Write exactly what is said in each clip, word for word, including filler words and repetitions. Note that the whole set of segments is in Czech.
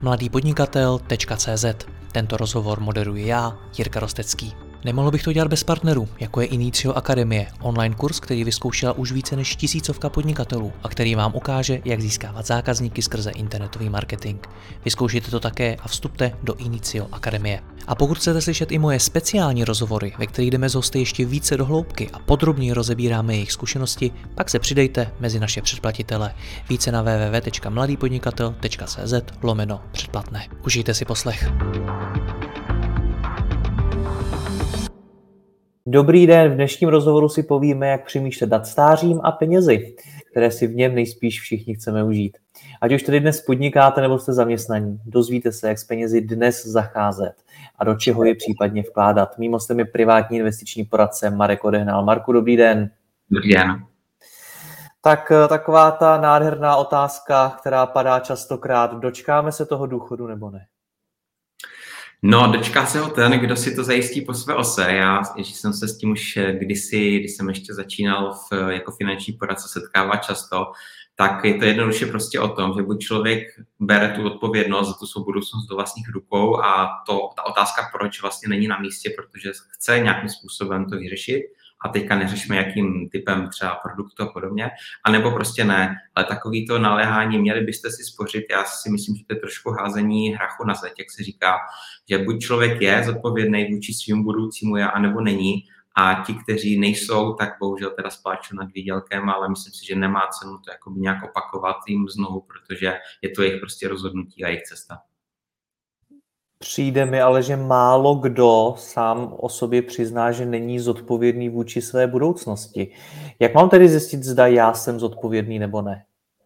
mladý podnikatel tečka cé zet. Tento rozhovor moderuji já, Jirka Rostecký. Nemohl bych to dělat bez partnerů, jako je Inicio Akademie, online kurz, který vyzkoušela už více než tisícovka podnikatelů a který vám ukáže, jak získávat zákazníky skrze internetový marketing. Vyzkoušejte to také a vstupte do Inicio Akademie. A pokud chcete slyšet i moje speciální rozhovory, ve kterých jdeme s hosty ještě více do hloubky a podrobněji rozebíráme jejich zkušenosti, pak se přidejte mezi naše předplatitele. Více na www tečka mladý podnikatel tečka cé zet lomeno předplatné. Užijte si poslech. Dobrý den, v dnešním rozhovoru si povíme, jak přemýšlet nad stářím a penězi, které si v něm nejspíš všichni chceme užít. Ať už tedy dnes podnikáte nebo jste zaměstnaní, dozvíte se, jak s penězi dnes zacházet a do čeho je případně vkládat. Mým hostem je privátní investiční poradce Marek Odehnal. Marku, dobrý den. Dobrý den. Tak taková ta nádherná otázka, která padá častokrát, dočkáme se toho důchodu nebo ne? No, dočká se ho ten, kdo si to zajistí po své ose. Já že jsem se s tím už kdysi, když jsem ještě začínal v, jako finanční poradce setkávat často, tak je to jednoduše prostě o tom, že buď člověk bere tu odpovědnost za tu svou budoucnost do vlastních rukou a to, ta otázka proč vlastně není na místě, protože chce nějakým způsobem to vyřešit a teďka neřešíme, jakým typem třeba produktu a podobně, anebo prostě ne. Ale takový to naléhání, měli byste si spořit, já si myslím, že to je trošku házení hrachu na zeď, jak se říká, že buď člověk je zodpovědný vůči svým budoucímu já, anebo není. A ti, kteří nejsou, tak bohužel teda spláčou nad výdělkem, ale myslím si, že nemá cenu to jakoby nějak opakovat jim znovu, protože je to jejich prostě rozhodnutí a jejich cesta. Přijde mi ale, že málo kdo sám o sobě přizná, že není zodpovědný vůči své budoucnosti. Jak mám tedy zjistit, zda já jsem zodpovědný nebo ne?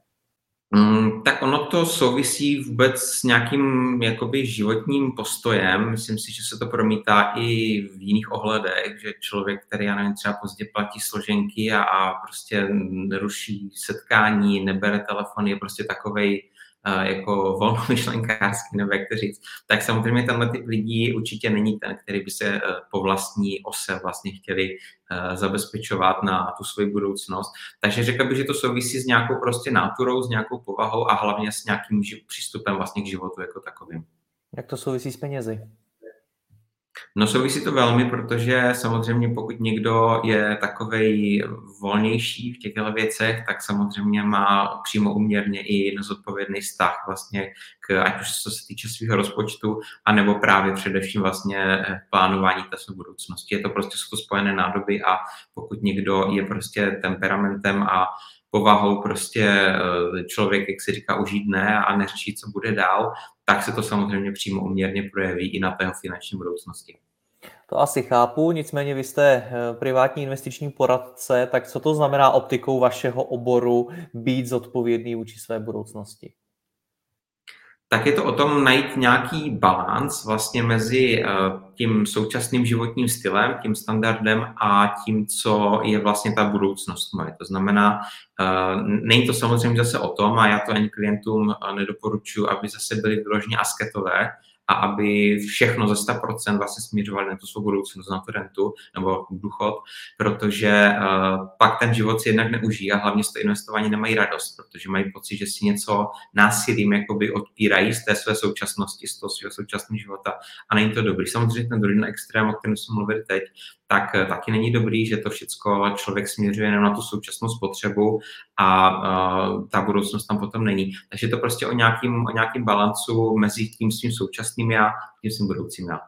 Mm, tak ono to souvisí vůbec s nějakým jakoby životním postojem. Myslím si, že se to promítá i v jiných ohledech, že člověk, který, já nevím, třeba pozdě platí složenky a, a prostě neruší setkání, nebere telefon, je prostě takovej jako volnomyšlenkářský, nebo jak to říct, tak samozřejmě tenhle typ lidí určitě není ten, který by se po vlastní ose vlastně chtěli zabezpečovat na tu svoji budoucnost. Takže řekl bych, že to souvisí s nějakou prostě náturou, s nějakou povahou a hlavně s nějakým přístupem vlastně k životu jako takovým. Jak to souvisí s penězi? No souvisí to velmi, protože samozřejmě pokud někdo je takovej volnější v těchto věcech, tak samozřejmě má přímo úměrně i nezodpovědný vztah vlastně k, ať už co se týče svého rozpočtu, anebo právě především vlastně plánování té své budoucnosti. Je to prostě jsou to spojené nádoby a pokud někdo je prostě temperamentem a povahou prostě člověk, jak se říká, užít dne a neřeší, co bude dál, tak se to samozřejmě přímo uměrně projeví i na tého finanční budoucnosti. To asi chápu, nicméně vy jste privátní investiční poradce, tak co to znamená optikou vašeho oboru být zodpovědný vůči své budoucnosti? Tak je to o tom najít nějaký balans vlastně mezi tím současným životním stylem, tím standardem a tím, co je vlastně ta budoucnost moje. To znamená, není to samozřejmě zase o tom, a já to ani klientům nedoporučuji, aby zase byli vyloženě asketové a aby všechno ze sto procent vlastně směřovali na tu svou budoucnost, na tu rentu nebo důchod, protože uh, pak ten život si jednak neužijí a hlavně z toho investování nemají radost, protože mají pocit, že si něco násilím jakoby odpírají z té své současnosti, z toho svého současného života a není to dobrý. Samozřejmě ten druhý extrém, o kterém jsme mluvili teď, tak taky není dobrý, že to všecko člověk směřuje jenom na tu současnou spotřebu a uh, ta budoucnost tam potom není. Takže je to prostě o nějakým, o nějakým balancu mezi tím svým současným já a tím svým budoucím já.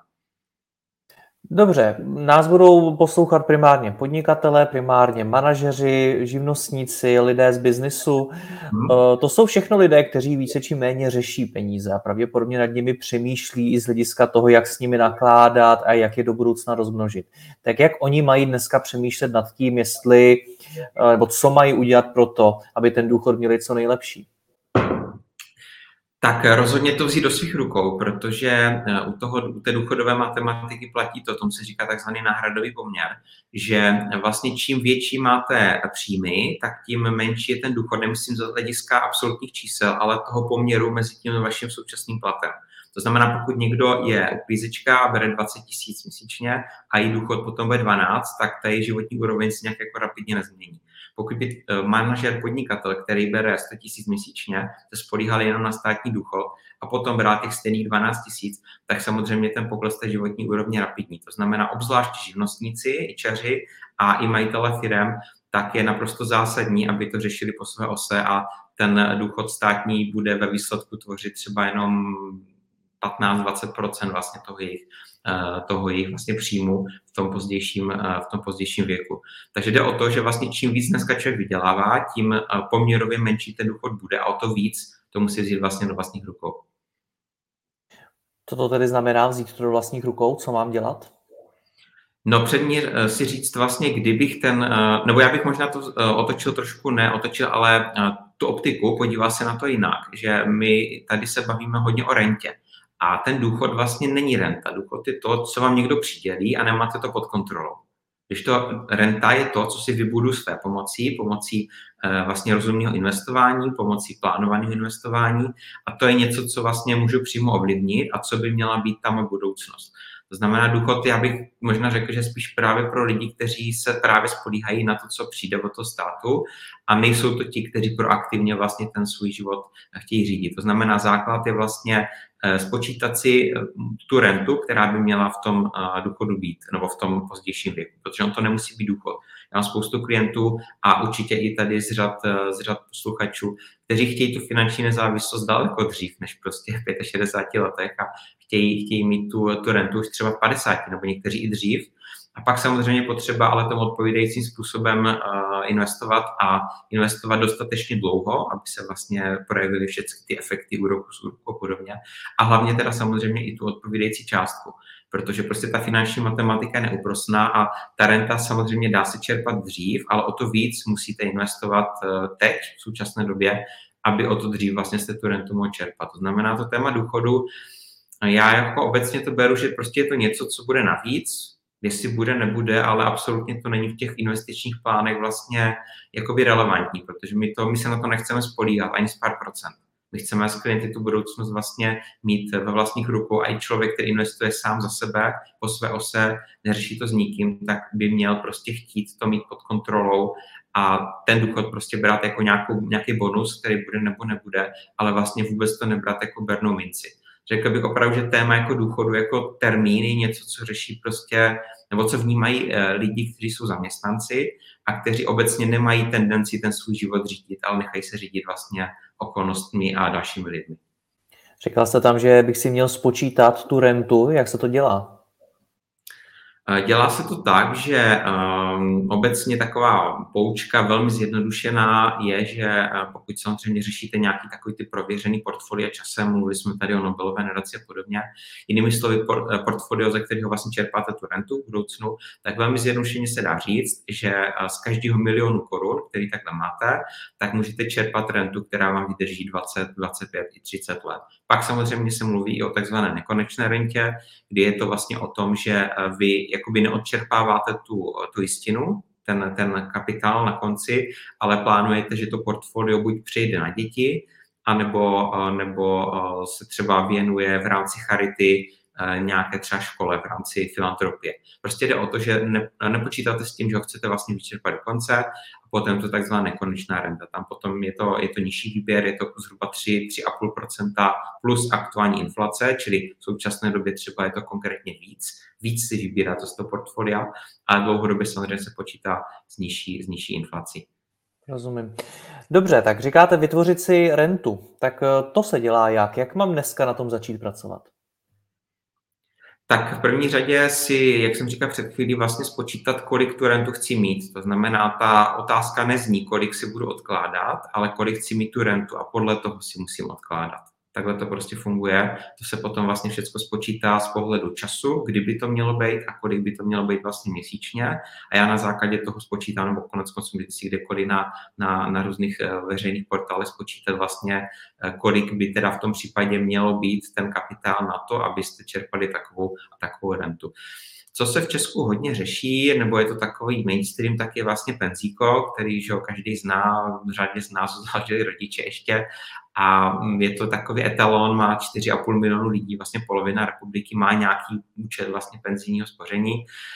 Dobře, nás budou poslouchat primárně podnikatelé, primárně manažeři, živnostníci, lidé z biznisu. Hmm. To jsou všechno lidé, kteří více či méně řeší peníze a pravděpodobně nad nimi přemýšlí i z hlediska toho, jak s nimi nakládat a jak je do budoucna rozmnožit. Tak jak oni mají dneska přemýšlet nad tím, jestli, nebo co mají udělat pro to, aby ten důchod měli co nejlepší? Tak rozhodně to vzít do svých rukou, protože u, toho, u té důchodové matematiky platí to, tomu se říká takzvaný náhradový poměr, že vlastně čím větší máte příjmy, tak tím menší je ten důchod, nemyslím z hlediska absolutních čísel, ale toho poměru mezi tím vaším současným platem. To znamená, pokud někdo je uklízečka a bere dvacet tisíc měsíčně a její důchod potom bude dvanáct, tak ta její životní úroveň se nějak jako rapidně nezmění. Pokud by manažer, podnikatel, který bere sto tisíc měsíčně, se spolíhal jenom na státní důchod a potom brát těch stejných dvanáct tisíc, tak samozřejmě ten pokles té životní úrovně rapidní. To znamená obzvlášť živnostníci, ičaři a i majitele firem, tak je naprosto zásadní, aby to řešili po své ose a ten důchod státní bude ve výsledku tvořit třeba jenom patnáct až dvacet procent vlastně toho jejich, toho jejich vlastně příjmu v tom pozdějším, v tom pozdějším věku. Takže jde o to, že vlastně čím víc dneska člověk vydělává, tím poměrově menší ten důchod bude a o to víc to musí vzít vlastně do vlastních rukou. Co to tedy znamená vzít to do vlastních rukou? Co mám dělat? No předně si říct vlastně, kdybych ten, nebo já bych možná to otočil trošku, ne otočil, ale tu optiku, podíval se na to jinak, že my tady se bavíme hodně o rentě. A ten důchod vlastně není renta. Důchod je to, co vám někdo přidělí a nemáte to pod kontrolou. Když to renta je to, co si vybudu své pomocí, pomocí eh, vlastně rozumného investování, pomocí plánovaného investování a to je něco, co vlastně můžu přímo ovlivnit a co by měla být tam budoucnost. To znamená důchod, já bych možná řekl, že spíš právě pro lidi, kteří se právě spolíhají na to, co přijde od toho státu a nejsou to ti, kteří proaktivně vlastně ten svůj život chtějí řídit. To znamená základ je vlastně spočítat si tu rentu, která by měla v tom důchodu být, nebo v tom pozdějším věku, protože on to nemusí být důchod. Já mám spoustu klientů a určitě i tady z řad, z řad posluchačů, kteří chtějí tu finanční nezávislost daleko dřív, než prostě v šedesáti pěti letech a chtějí, chtějí mít tu, tu rentu už třeba v padesáti, nebo někteří i dřív. A pak samozřejmě potřeba ale tomu odpovídajícím způsobem uh, investovat a investovat dostatečně dlouho, aby se vlastně projevily všechny ty efekty úroku z úroku a podobně. A hlavně teda samozřejmě i tu odpovídající částku, protože prostě ta finanční matematika je neúprosná a ta renta samozřejmě dá se čerpat dřív, ale o to víc musíte investovat uh, teď v současné době, aby o to dřív vlastně jste tu rentu mohli čerpat. To znamená to téma důchodu, já jako obecně to beru, že prostě je to něco, co bude navíc, jestli bude, nebude, ale absolutně to není v těch investičních plánech vlastně jakoby relevantní, protože my, to, my se na to nechceme spolíhat ani z pár procent. My chceme s klienty tu budoucnost vlastně mít ve vlastních rukou a i člověk, který investuje sám za sebe, po své ose, neřeší to s nikým, tak by měl prostě chtít to mít pod kontrolou a ten důchod prostě brát jako nějakou, nějaký bonus, který bude nebo nebude, ale vlastně vůbec to nebrat jako bernou minci. Řekl bych opravdu, že téma jako důchodu, jako termín je něco, co řeší prostě, nebo co vnímají lidi, kteří jsou zaměstnanci a kteří obecně nemají tendenci ten svůj život řídit, ale nechají se řídit vlastně okolnostmi a dalšími lidmi. Říkal jste tam, že bych si měl spočítat tu rentu, jak se to dělá? Dělá se to tak, že um, obecně taková poučka velmi zjednodušená je, že uh, pokud samozřejmě řešíte nějaký takový ty prověřený portfolio časem, mluvili jsme tady o Nobelové nadaci a podobně, jinými slovy por, portfolio, ze kterého vlastně čerpáte tu rentu v budoucnu, tak velmi zjednodušeně se dá říct, že uh, z každého milionu korun, který takhle máte, tak můžete čerpat rentu, která vám vydrží dvacet, dvacet pět i třicet let. Pak samozřejmě se mluví i o takzvané nekonečné rentě, kdy je to vlastně o tom, že uh, vy jakoby neodčerpáváte tu, tu jistinu, ten, ten kapitál na konci, ale plánujete, že to portfolio buď přejde na děti, anebo, nebo se třeba věnuje v rámci charity nějaké třeba škole v rámci filantropie. Prostě jde o to, že ne, nepočítáte s tím, že ho chcete vlastně vyčerpat do konce a potom to takzvaná nekonečná renta. Tam potom je to, je to nižší výběr, je to zhruba tři, tři celá pět procenta plus aktuální inflace, čili v současné době třeba je to konkrétně víc. Víc si vybírá to z toho portfolia, ale dlouhodobě samozřejmě se počítá s nižší, s nižší inflací. Rozumím. Dobře, tak říkáte vytvořit si rentu. Tak to se dělá jak? Jak mám dneska na tom začít pracovat? Tak v první řadě si, jak jsem říkal před chvílí, vlastně spočítat, kolik tu rentu chci mít. To znamená, ta otázka nezní, kolik si budu odkládat, ale kolik chci mít tu rentu a podle toho si musím odkládat. Takhle to prostě funguje. To se potom vlastně všechno spočítá z pohledu času, kdy by to mělo být a kolik by to mělo být vlastně měsíčně. A já na základě toho spočítám, nebo konec konců můžete si kdekoliv na, na, na různých veřejných portálech spočítat vlastně, kolik by teda v tom případě mělo být ten kapitál na to, abyste čerpali takovou a takovou rentu. Co se v Česku hodně řeší, nebo je to takový mainstream, tak je vlastně penzíko, který že ho každý zná, řádně z nás zvláště rodiče ještě. a je to takový etalon, má čtyři a půl milionu lidí, vlastně polovina republiky má nějaký účet vlastně penzijního spoření.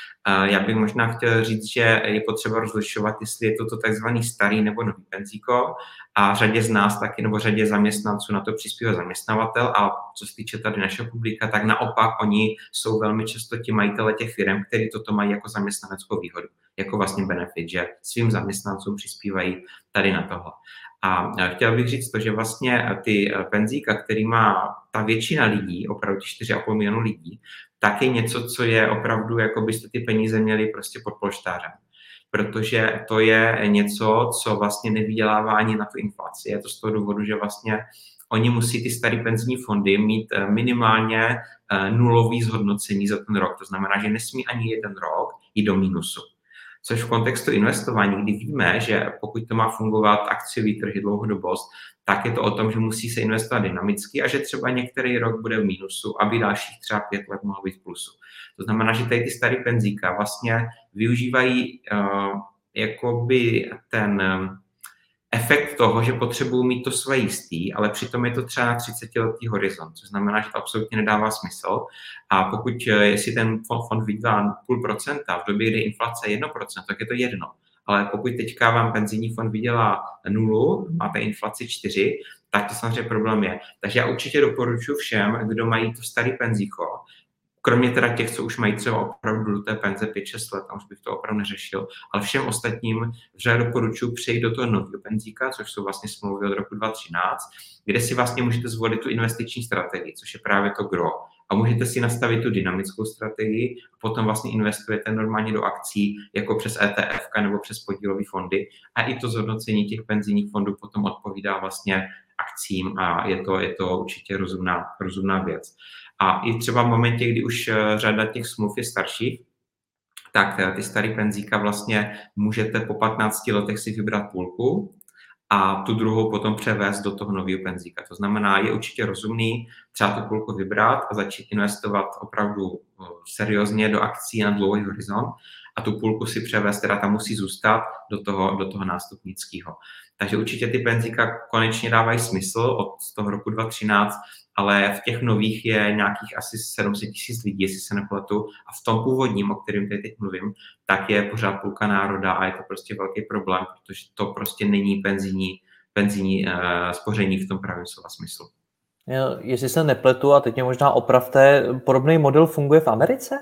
Já bych možná chtěl říct, že je potřeba rozlišovat, jestli je to to takzvaný starý nebo nový penzíko, a řadě z nás taky, nebo řadě zaměstnanců na to přispívá zaměstnavatel, a co se týče tady naše publika, tak naopak oni jsou velmi často ti majitele těch firm, kteří toto mají jako zaměstnaneckou výhodu, jako vlastně benefit, že svým zaměstnancům přispívají tady na tohle. A chtěl bych říct to, že vlastně ty penzíka, který má ta většina lidí, opravdu čtyři a půl milionu lidí, tak je něco, co je opravdu, jako byste ty peníze měli prostě pod polštářem. Protože to je něco, co vlastně nevydělává ani na tu inflaci. Je to z toho důvodu, že vlastně oni musí ty staré penzijní fondy mít minimálně nulový zhodnocení za ten rok. To znamená, že nesmí ani jeden rok jít do mínusu. Což v kontextu investování, kdy víme, že pokud to má fungovat akciový trhy dlouhodobost, tak je to o tom, že musí se investovat dynamicky a že třeba některý rok bude v mínusu, aby dalších třeba pět let mohlo být v plusu. To znamená, že tady ty staré penzíka vlastně využívají uh, jakoby ten um, efekt toho, že potřebují mít to své jistý, ale přitom je to třeba na třicetiletý horizont, což znamená, že to absolutně nedává smysl. A pokud si ten fond, fond vydělá půl procenta v době, kdy inflace je jedno procento, tak je to jedno. Ale pokud teďka vám penzijní fond vydělá nulu, máte inflaci čtyři, tak to samozřejmě problém je. Takže já určitě doporučuji všem, kdo mají to starý penzíko, kromě teda těch, co už mají třeba opravdu do té penze pět šest let, a už bych to opravdu neřešil, ale všem ostatním vřele doporučuji přejít do toho nového penzíka, což jsou vlastně smlouvy od roku dva tisíce třináct, kde si vlastně můžete zvolit tu investiční strategii, což je právě to gro. A můžete si nastavit tu dynamickou strategii a potom vlastně investujete normálně do akcí jako přes E T F nebo přes podílové fondy, a i to zhodnocení těch penzijních fondů potom odpovídá vlastně akcím a je to, je to určitě rozumná, rozumná věc. A i třeba v momentě, kdy už řada těch smluv je starších, tak ty starý penzíka vlastně můžete po patnácti letech si vybrat půlku a tu druhou potom převést do toho nového penzíka. To znamená, je určitě rozumný třeba tu půlku vybrat a začít investovat opravdu seriózně do akcí na dlouhý horizont a tu půlku si převést, teda tam musí zůstat do toho, do toho nástupnického. Takže určitě ty penzíka konečně dávají smysl od toho roku dva tisíce třináct, ale v těch nových je nějakých asi sedm set tisíc lidí, jestli se nepletu, a v tom původním, o kterém teď mluvím, tak je pořád půlka národa a je to prostě velký problém, protože to prostě není penzijní, penzijní uh, spoření v tom pravém slova smyslu. Jestli se nepletu, a teď mě možná opravte, podobný model funguje v Americe?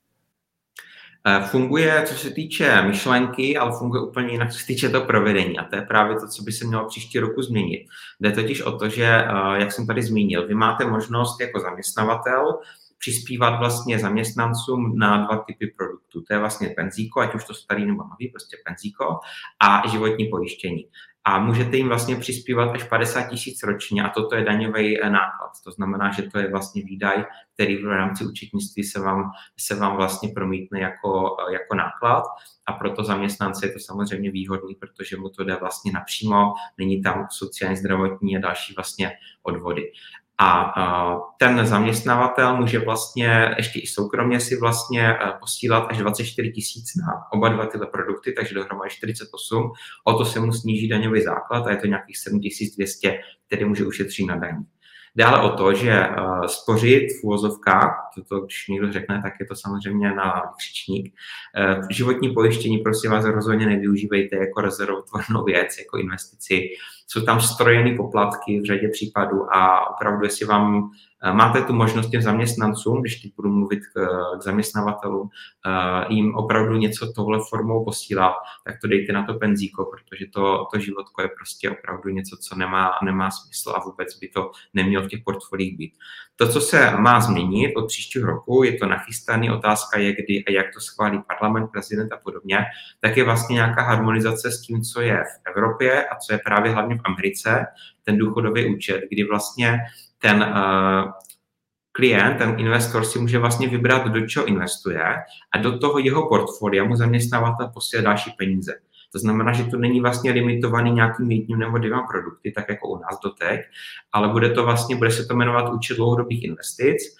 Funguje, co se týče myšlenky, ale funguje úplně jinak, co se týče toho provedení. A to je právě to, co by se mělo příští roku změnit. Jde totiž o to, že, jak jsem tady zmínil, vy máte možnost jako zaměstnavatel přispívat vlastně zaměstnancům na dva typy produktů. To je vlastně penzíko, ať už to starý nebo nový, prostě penzíko, a životní pojištění. A můžete jim vlastně přispívat až padesát tisíc ročně a toto je daňový náklad. To znamená, že to je vlastně výdaj, který v rámci účetnictví se vám, se vám vlastně promítne jako, jako náklad, a proto zaměstnance je to samozřejmě výhodný, protože mu to jde vlastně napřímo, není tam sociální, zdravotní a další vlastně odvody. A ten zaměstnavatel může vlastně ještě i soukromně si vlastně posílat až dvacet čtyři tisíc na oba dva tyhle produkty, takže dohromady čtyřicet osm. O to se mu sníží daňový základ a je to nějakých sedm tisíc dvě stě, který může ušetřit na daní. Dále o to, že uh, spořit v uvozovkách, to když někdo řekne, tak je to samozřejmě na křičník. Uh, životní pojištění, prosím vás, rozhodně nevyužívejte jako rezervotvornou věc, jako investici. Jsou tam strojené poplatky v řadě případů a opravdu, jestli vám uh, máte tu možnost těm zaměstnancům, když teď budu mluvit k, k zaměstnavatelům, uh, jim opravdu něco tohle formou posílat, tak to dejte na to penzíko, protože to, to životko je prostě opravdu něco, co nemá, nemá smysl a vůbec by to nemělo v těch portfoliích být. To, co se má změnit od příštího roku, je to nachystaný, otázka je, kdy a jak to schválí parlament, prezident a podobně, tak je vlastně nějaká harmonizace s tím, co je v Evropě a co je právě hlavně v Americe, ten důchodový účet, kdy vlastně ten uh, klient, ten investor si může vlastně vybrat, do čeho investuje a do toho jeho portfolia mu zaměstnavatel posílá další peníze. To znamená, že to není vlastně limitovaný nějakým jedním nebo dvěma produkty, tak jako u nás doteď, ale bude to vlastně, bude se to jmenovat účet dlouhodobých investic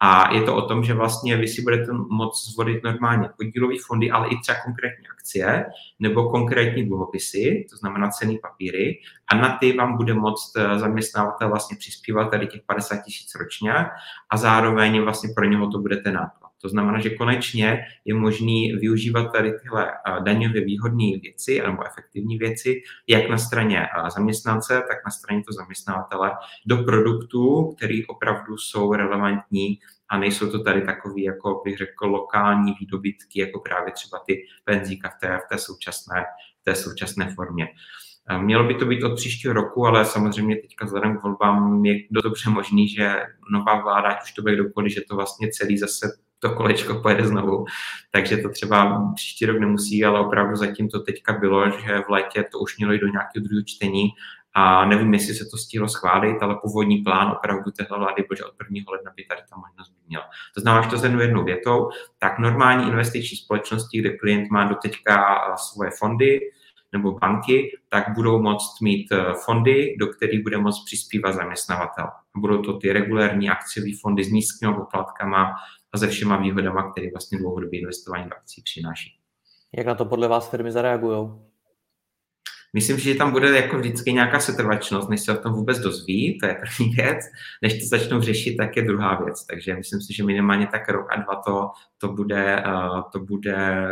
A je to o tom, že vlastně vy si budete moct zvolit normálně podílové fondy, ale i třeba konkrétní akcie nebo konkrétní dluhopisy, to znamená cenné papíry, a na ty vám bude moct zaměstnavatel vlastně přispívat tady těch padesát tisíc ročně a zároveň vlastně pro něho to bude ten náklad. To znamená, že konečně je možný využívat tady tyhle daňově výhodné věci nebo efektivní věci, jak na straně zaměstnance, tak na straně toho zaměstnavatele do produktů, které opravdu jsou relevantní a nejsou to tady takový, jako bych řekl, lokální výdobytky, jako právě třeba ty penzíka v té, v té, současné, v té současné formě. Mělo by to být od příštího roku, ale samozřejmě teďka vzhledem k volbám je dost dobře možný, že nová vláda, ať už to bude kdokoliv, že to vlastně celý zase to kolečko pojede znovu. Takže to třeba příští rok nemusí, ale opravdu zatím to teďka bylo, že v létě to už mělo jít do nějakého druhého čtení a nevím, jestli se to stihlo schválit, ale původní plán opravdu téhle vlády byl, že od prvního ledna by tady ta možnost by měla. To znamená, že to zhrnu jednou větou, tak normální investiční společnosti, kde klient má doteďka svoje fondy nebo banky, tak budou moct mít fondy, do kterých bude moct přispívat zaměstnavatel. Budou to ty regulární akciové fondy s nízkými poplatkama a se všema výhodama, které vlastně dlouhodobě investování do akcí přináší. Jak na to podle vás firmy zareagují? Myslím, že tam bude jako vždycky nějaká setrvačnost, než se o tom vůbec dozví, to je první věc. Než to začnou řešit, tak je druhá věc. Takže myslím si, že minimálně tak rok a dva to, to bude, to bude,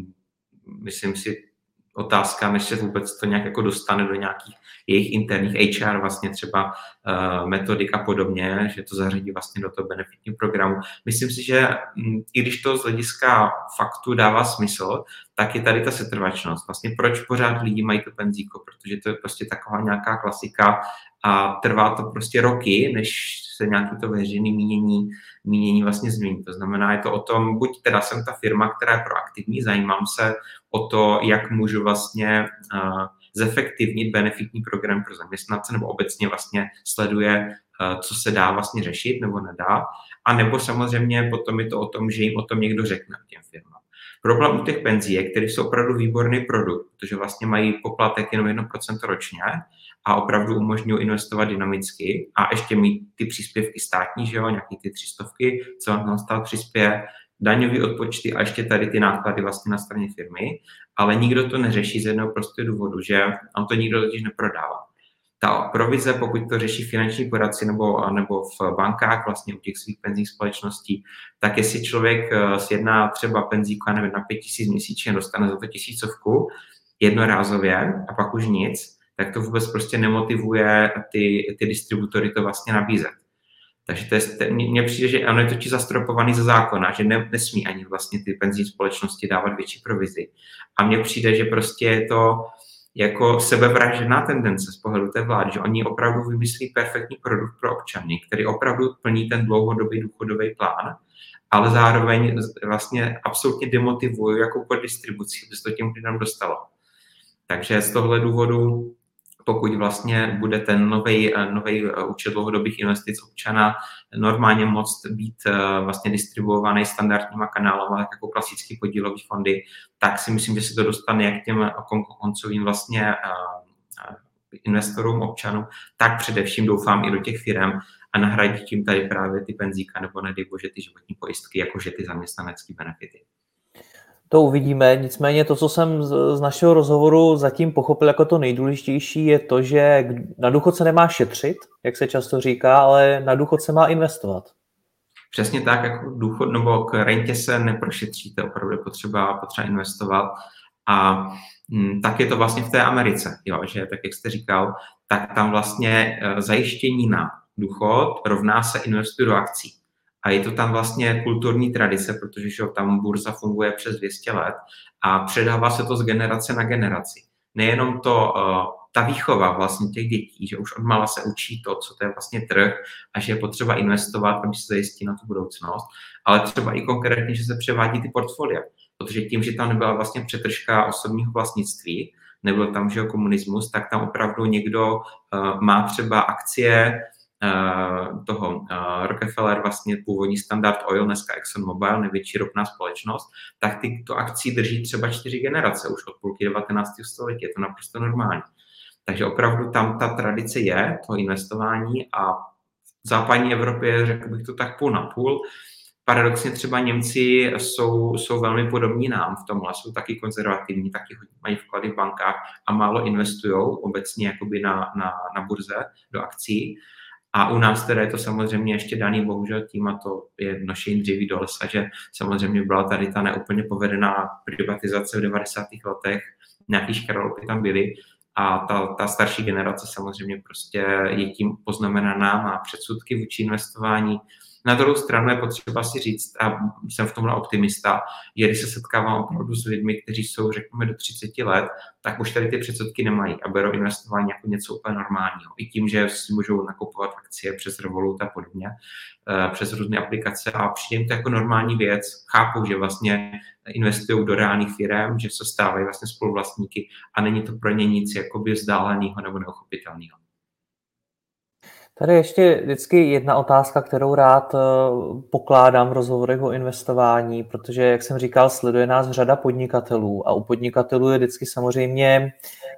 myslím si, otázka, než se vůbec to nějak jako dostane do nějakých jejich interních H R, vlastně třeba uh, metodik a podobně, že to zařadí vlastně do toho benefitního programu. Myslím si, že m, i když to z hlediska faktu dává smysl, tak je tady ta setrvačnost. Vlastně proč pořád lidi mají to penzíko, protože to je prostě taková nějaká klasika a trvá to prostě roky, než se nějaké to veřejné mínění, mínění vlastně změní. To znamená, je to o tom, buď teda jsem ta firma, která je proaktivní, zajímám se o to, jak můžu vlastně uh, zefektivnit benefitní program pro zaměstnance, nebo obecně vlastně sleduje, uh, co se dá vlastně řešit nebo nedá. A nebo samozřejmě potom je to o tom, že jim o tom někdo řekne těm firmám. Problém u těch penzí, které jsou opravdu výborný produkt, protože vlastně mají poplatek jenom jedno procento ročně a opravdu umožňují investovat dynamicky a ještě mít ty příspěvky státní, že jo, nějaký ty třistovky, co vám tam stát přispěje, daňové odpočty a ještě tady ty náklady vlastně na straně firmy, ale nikdo to neřeší z jednoho prostého důvodu, že on to nikdo totiž neprodává. Ta provize, pokud to řeší finanční poradci nebo, nebo v bankách vlastně u těch svých penzijních společností, tak jestli člověk sjedná třeba penzíku, nevím, na pět tisíc měsíčně, dostane za to tisícovku jednorázově a pak už nic, tak to vůbec prostě nemotivuje ty, ty distributory to vlastně nabízet. Takže to je, mně přijde, že ono je totiž zastropovaný ze zákona, že ne, nesmí ani vlastně ty penzijní společnosti dávat větší provizi. A mně přijde, že prostě je to jako sebevražedná tendence z pohledu té vlády, že oni opravdu vymyslí perfektní produkt pro občany, který opravdu plní ten dlouhodobý důchodový plán, ale zároveň vlastně absolutně demotivují jakoukoliv distribuci, aby se to těm lidem dostalo. Takže z tohle důvodu, pokud vlastně bude ten nový nový účet dlouhodobých investic občana normálně moct být vlastně distribuovaný standardníma kanálama, tak jako klasický podílový fondy, tak si myslím, že se to dostane jak těm koncovým vlastně investorům, občanům, tak především doufám i do těch firm a nahradí tím tady právě ty penzíka nebo nedej bože ty životní pojistky, jakože ty zaměstnanecké benefity. To uvidíme, nicméně to, co jsem z našeho rozhovoru zatím pochopil jako to nejdůležitější, je to, že na důchod se nemá šetřit, jak se často říká, ale na důchod se má investovat. Přesně tak, jako důchod nebo k rentě se neprošetříte, opravdu je potřeba, potřeba investovat a m, tak je to vlastně v té Americe, jo, že tak, jak jste říkal, tak tam vlastně e, zajištění na důchod rovná se investuje do akcí. A je to tam vlastně kulturní tradice, protože že tam burza funguje přes dvě stě let a předává se to z generace na generaci. Nejenom to, ta výchova vlastně těch dětí, že už odmala se učí to, co to je vlastně trh a že je potřeba investovat, aby se zajistí na tu budoucnost, ale třeba i konkrétně, že se převádí ty portfolia, protože tím, že tam nebyla vlastně přetržka osobního vlastnictví, nebyl tam že komunismus, tak tam opravdu někdo má třeba akcie toho Rockefeller, vlastně původní Standard Oil, dneska ExxonMobil, největší ropná společnost, tak tyto akcí drží třeba čtyři generace už od půlky devatenáctého století, je to naprosto normální. Takže opravdu tam ta tradice je, toho investování a v západní Evropě, řekl bych to tak půl na půl. Paradoxně třeba Němci jsou, jsou velmi podobní nám v tomhle, jsou taky konzervativní, taky mají vklady v bankách a málo investují obecně jakoby na, na, na burze do akcí. A u nás teda je to samozřejmě ještě daný bohužel tím, a to je nošení dříví do lesa, že samozřejmě byla tady ta neúplně povedená privatizace v devadesátých letech, nějaký škralopy tam byly a ta, ta starší generace samozřejmě prostě je tím poznamenaná, má předsudky vůči investování. Na druhou stranu je potřeba si říct, a jsem v tomhle optimista, že když se setkávám opravdu s lidmi, kteří jsou, řekněme, do třiceti let, tak už tady ty předsudky nemají a berou investování jako něco úplně normálního. I tím, že si můžou nakupovat akcie přes Revolut a podobně, přes různé aplikace a přijde jim to jako normální věc. Chápou, že vlastně investují do reálných firm, že se stávají vlastně spoluvlastníky a není to pro ně nic jakoby vzdáleného nebo neochopitelného. Tady ještě vždycky jedna otázka, kterou rád pokládám v rozhovorech o investování, protože, jak jsem říkal, sleduje nás řada podnikatelů a u podnikatelů je vždycky samozřejmě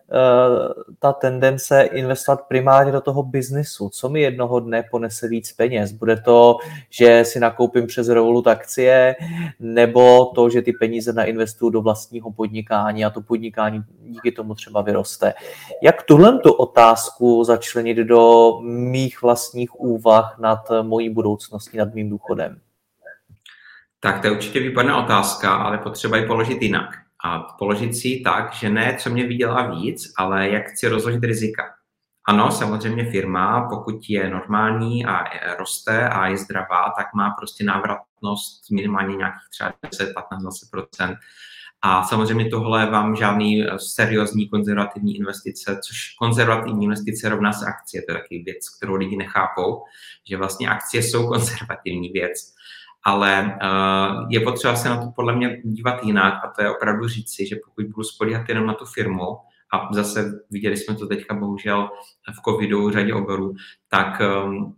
ta tendence investovat primárně do toho biznisu. Co mi jednoho dne ponese víc peněz? Bude to, že si nakoupím přes Revolut akcie, nebo to, že ty peníze nainvestuju do vlastního podnikání a to podnikání díky tomu třeba vyroste. Jak tuhle tu otázku začlenit do mých vlastních úvah nad mojí budoucností, nad mým důchodem? Tak to je určitě výborná otázka, ale potřeba ji položit jinak. A položit si ji tak, že ne, co mě vydělá víc, ale jak chci rozložit rizika. Ano, samozřejmě firma, pokud je normální a roste a je zdravá, tak má prostě návratnost minimálně nějakých třeba deset, patnáct, dvacet procent. A samozřejmě tohle vám žádný seriózní konzervativní investice, což konzervativní investice rovná se akcie, to je taky věc, kterou lidi nechápou, že vlastně akcie jsou konzervativní věc. Ale uh, je potřeba se na to podle mě dívat jinak a to je opravdu říct si, že pokud budu spolíhat jenom na tu firmu a zase viděli jsme to teďka bohužel v covidu v řadě oborů, tak um,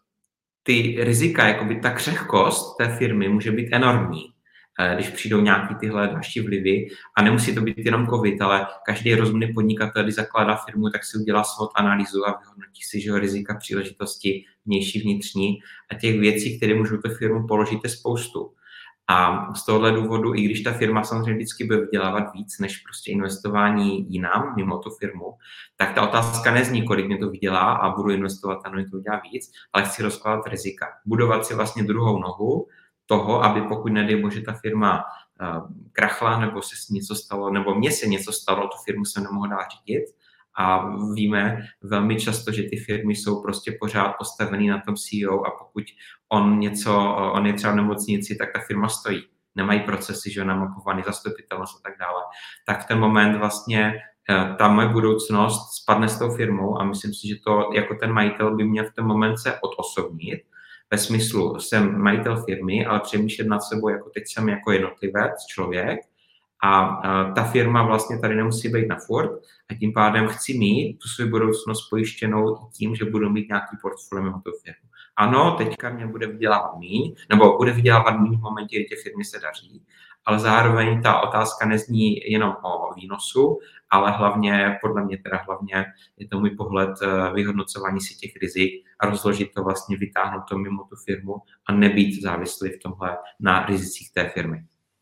ty rizika, jakoby ta křehkost té firmy může být enormní, když přijdou nějaký tyhle další vlivy a nemusí to být jenom covid, ale každý rozumný podnikatel, když zakládá firmu, tak si udělá svou analýzu a vyhodnotí si, že rizika, příležitosti, vnější, vnitřní a těch věcí, které můžou tu firmu položit, je spoustu. A z tohohle důvodu, i když ta firma samozřejmě vždycky bude vydělávat víc než prostě investování jinam, mimo tu firmu, tak ta otázka nezní, kolik mě to vydělá a budu investovat a mě to udělá víc, ale chci rozkládat rizika. Budovat si vlastně druhou nohu toho, aby pokud nedej bože ta firma uh, krachla nebo se s něco stalo, nebo mně se něco stalo, tu firmu jsem nemohl dál řídit. A víme velmi často, že ty firmy jsou prostě pořád postavený na tom C E O a pokud on něco, on je třeba v nemocnici, tak ta firma stojí. Nemají procesy, že namapovaný zastupitelnost a tak dále. Tak v ten moment vlastně ta moje budoucnost spadne s tou firmou a myslím si, že to jako ten majitel by měl v ten moment se odosobnit. Ve smyslu, jsem majitel firmy, ale přemýšlet nad sebou, jako teď jsem jako jednotlivec, člověk, a ta firma vlastně tady nemusí být na furt a tím pádem chci mít tu svou budoucnost pojištěnou tím, že budu mít nějaký portfolio mimo tu firmu. Ano, teďka mě bude vydělávat míň, nebo bude vydělávat míň v momentě, kdy těch firmy se daří, ale zároveň ta otázka nezní jenom o výnosu, ale hlavně, podle mě teda hlavně je to můj pohled vyhodnocování si těch rizik a rozložit to vlastně, vytáhnout to mimo tu firmu a nebýt závislý v tomhle na rizicích té firmy.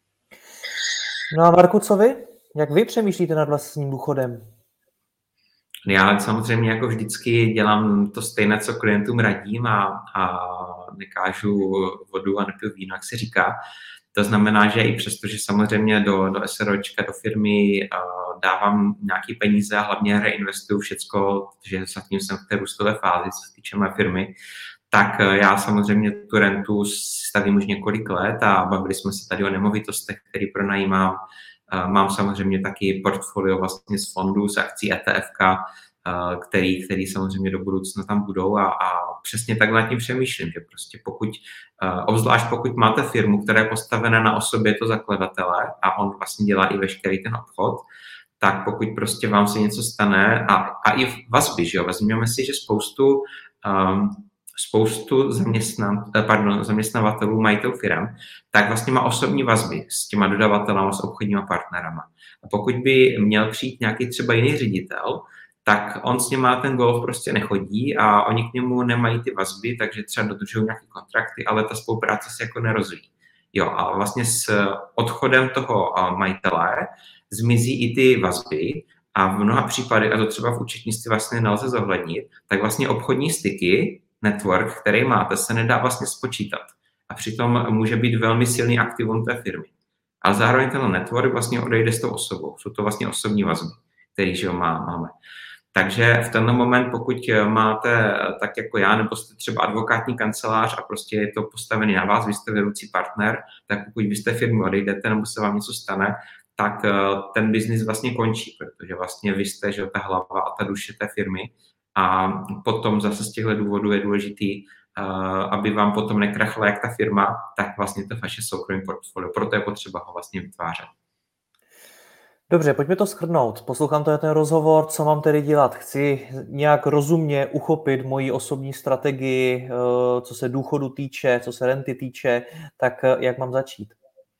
No a Marku, co vy? Jak vy přemýšlíte nad vlastním důchodem? Já samozřejmě jako vždycky dělám to stejné, co klientům radím a, a nekážu vodu a nepiju víno, jak se říká. To znamená, že i přesto, že samozřejmě do, do SROčka, do firmy uh, dávám nějaké peníze a hlavně reinvestuju všecko, protože zatím jsem v té růstové fázi, co se týče mé firmy, tak já samozřejmě tu rentu stavím už několik let a bavili jsme se tady o nemovitostech, který pronajímám. Mám samozřejmě taky portfolio vlastně z fondů, z akcí E T F ka, který, který samozřejmě do budoucna tam budou a, a přesně takhle nad tím přemýšlím, že prostě pokud, obzvlášť pokud máte firmu, která je postavena na osobě to zakladatele a on vlastně dělá i veškerý ten obchod, tak pokud prostě vám se něco stane a, a i v vazby, že jo, vezměme si, že spoustu um, spoustu zaměstnan, pardon, zaměstnavatelů, majitelů firm, tak vlastně má osobní vazby s těma dodavatelama, s obchodníma partnerama. A pokud by měl přijít nějaký třeba jiný ředitel, tak on s nima ten golf prostě nechodí a oni k němu nemají ty vazby, takže třeba dodržují nějaké kontrakty, ale ta spolupráce se jako nerozvíjí. Jo, a vlastně s odchodem toho majitele zmizí i ty vazby a v mnoha případech, a to třeba v účetnictví vlastně nelze zohlednit, tak vlastně obchodní styky, network, který máte, se nedá vlastně spočítat. A přitom může být velmi silný aktivum té firmy. Ale zároveň ten network vlastně odejde s tou osobou. Jsou to vlastně osobní vazby, které že má, máme. Takže v ten moment, pokud máte tak jako já, nebo jste třeba advokátní kancelář a prostě je to postavený na vás, vy jste vedoucí partner, tak pokud vy z té firmy odejdete nebo se vám něco stane, tak ten biznis vlastně končí, protože vlastně vy jste že ta hlava a ta duše té firmy a potom zase z těchto důvodů je důležitý, aby vám potom nekrachla jak ta firma, tak vlastně to vaše soukromé portfolio. Proto je potřeba ho vlastně vytvářet. Dobře, pojďme to shrnout. Poslouchám to ten rozhovor, co mám tedy dělat. Chci nějak rozumně uchopit moji osobní strategii, co se důchodu týče, co se renty týče, tak jak mám začít?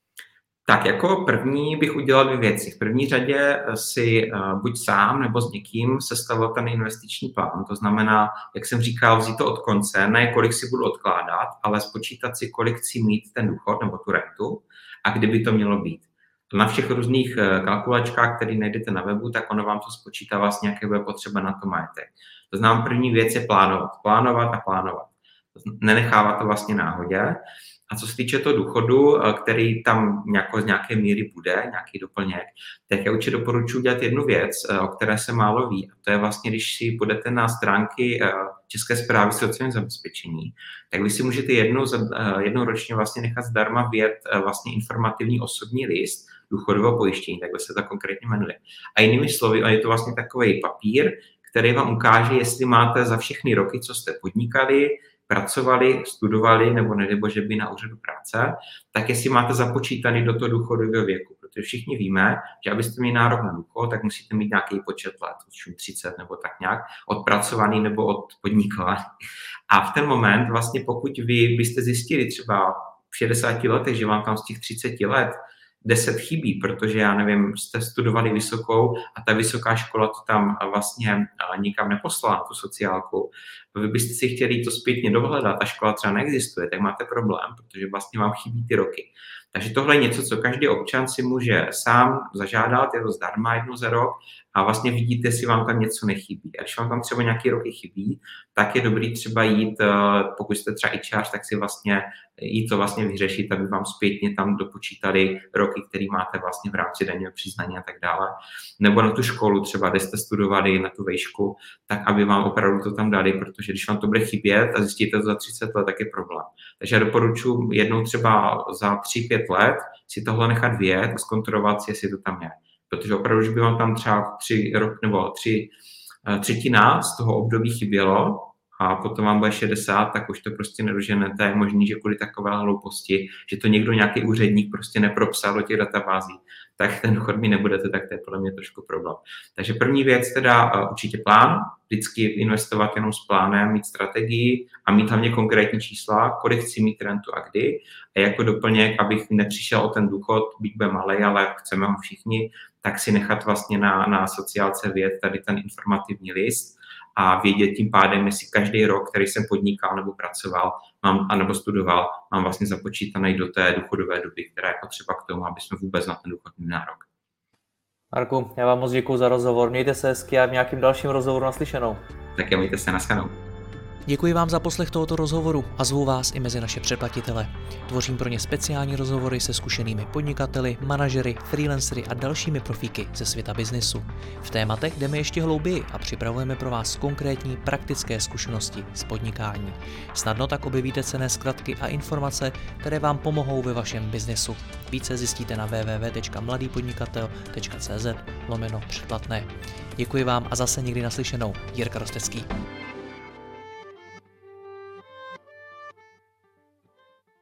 Tak jako první bych udělal dvě věci. V první řadě si buď sám nebo s někým sestavil ten investiční plán. To znamená, jak jsem říkal, vzít to od konce, ne kolik si budu odkládat, ale spočítat si, kolik chci mít ten důchod nebo tu rentu a kdyby to mělo být. Na všech různých kalkulačkách, které najdete na webu, tak ono vám to spočítá vlastně, jaké bude potřeba na to majetek. To znamená, první věc je plánovat. Plánovat a plánovat. Nenechávat to vlastně náhodě. A co se týče toho důchodu, který tam nějako, z nějaké míry bude, nějaký doplněk, tak já určitě doporučuji dělat jednu věc, o které se málo ví. A to je vlastně, když si půjdete na stránky České správy sociálního zabezpečení, tak vy si můžete jednou, jednou ročně vlastně nechat zdarma vyjet vlastně informativní osobní list důchodového pojištění, takhle se to konkrétně jmenuje. A jinými slovy, je to vlastně takový papír, který vám ukáže, jestli máte za všechny roky, co jste podnikali, pracovali, studovali, nebo nedebo, že by na úřadu práce, tak jestli máte započítaný do toho důchodového věku. Protože všichni víme, že abyste měli nárok na důchod, tak musíte mít nějaký počet let, třicet nebo tak nějak, odpracovaný nebo odpodnikovaný. A v ten moment vlastně, pokud vy byste zjistili třeba v šedesáti letech, že vám tam z těch třiceti let deset chybí, protože já nevím, jste studovali vysokou a ta vysoká škola to tam vlastně nikam neposlala, tu sociálku. Vy byste si chtěli to zpětně dohledat, ta škola třeba neexistuje, tak máte problém, protože vlastně vám chybí ty roky. Takže tohle je něco, co každý občan si může sám zažádat, je to zdarma jednou za rok a vlastně vidíte, jestli vám tam něco nechybí. A když vám tam třeba nějaké roky chybí, tak je dobrý třeba jít, pokud jste třeba ičář, tak si vlastně jít to vlastně vyřešit, aby vám zpětně tam dopočítali roky, které máte vlastně v rámci daňového přiznání a tak dále. Nebo na tu školu třeba, kde jste studovali, na tu vejšku, tak aby vám opravdu to tam dali, protože když vám to bude chybět a zjistíte to za třicet let, tak je problém. Takže já doporučuji jednou třeba za tři pět let si tohle nechat vyjet a zkontrolovat si, jestli to tam je. Protože opravdu, když by vám tam třeba tři rok nebo tři třetina z toho období chybělo a potom vám bude šedesát, tak už to prostě nedoženete. Je možný, že kvůli takové hlouposti, že to někdo, nějaký úředník prostě nepropsal do těch databází, tak ten důchod mi nebudete, tak to je podle mě trošku problém. Takže první věc teda určitě plán, vždycky investovat jenom s plánem, mít strategii a mít hlavně konkrétní čísla, kolik chci mít rentu a kdy. A jako doplněk, abych nepřišel o ten důchod, byť bude malej, ale chceme ho všichni, tak si nechat vlastně na, na sociálce vyjet tady ten informativní list a vědět tím pádem, jestli každý rok, který jsem podnikal nebo pracoval, mám, anebo studoval, mám vlastně započítaný do té důchodové doby, která je potřeba k tomu, aby jsme vůbec na ten důchod měli nárok. Marku, já vám moc děkuji za rozhovor. Mějte se hezky a v nějakým dalším rozhovoru naslyšenou. Tak jo, mějte se, naschledanou. Děkuji vám za poslech tohoto rozhovoru a zvu vás i mezi naše předplatitele. Tvořím pro ně speciální rozhovory se zkušenými podnikateli, manažery, freelancery a dalšími profíky ze světa biznisu. V tématech jdeme ještě hlouběji a připravujeme pro vás konkrétní praktické zkušenosti z podnikání. Snadno tak objevíte cenné zkratky a informace, které vám pomohou ve vašem biznesu. Více zjistíte na w w w tečka mladý podnikatel tečka c z lomeno předplatné. Děkuji vám a zase někdy naslyšenou. Jirka Rostecký.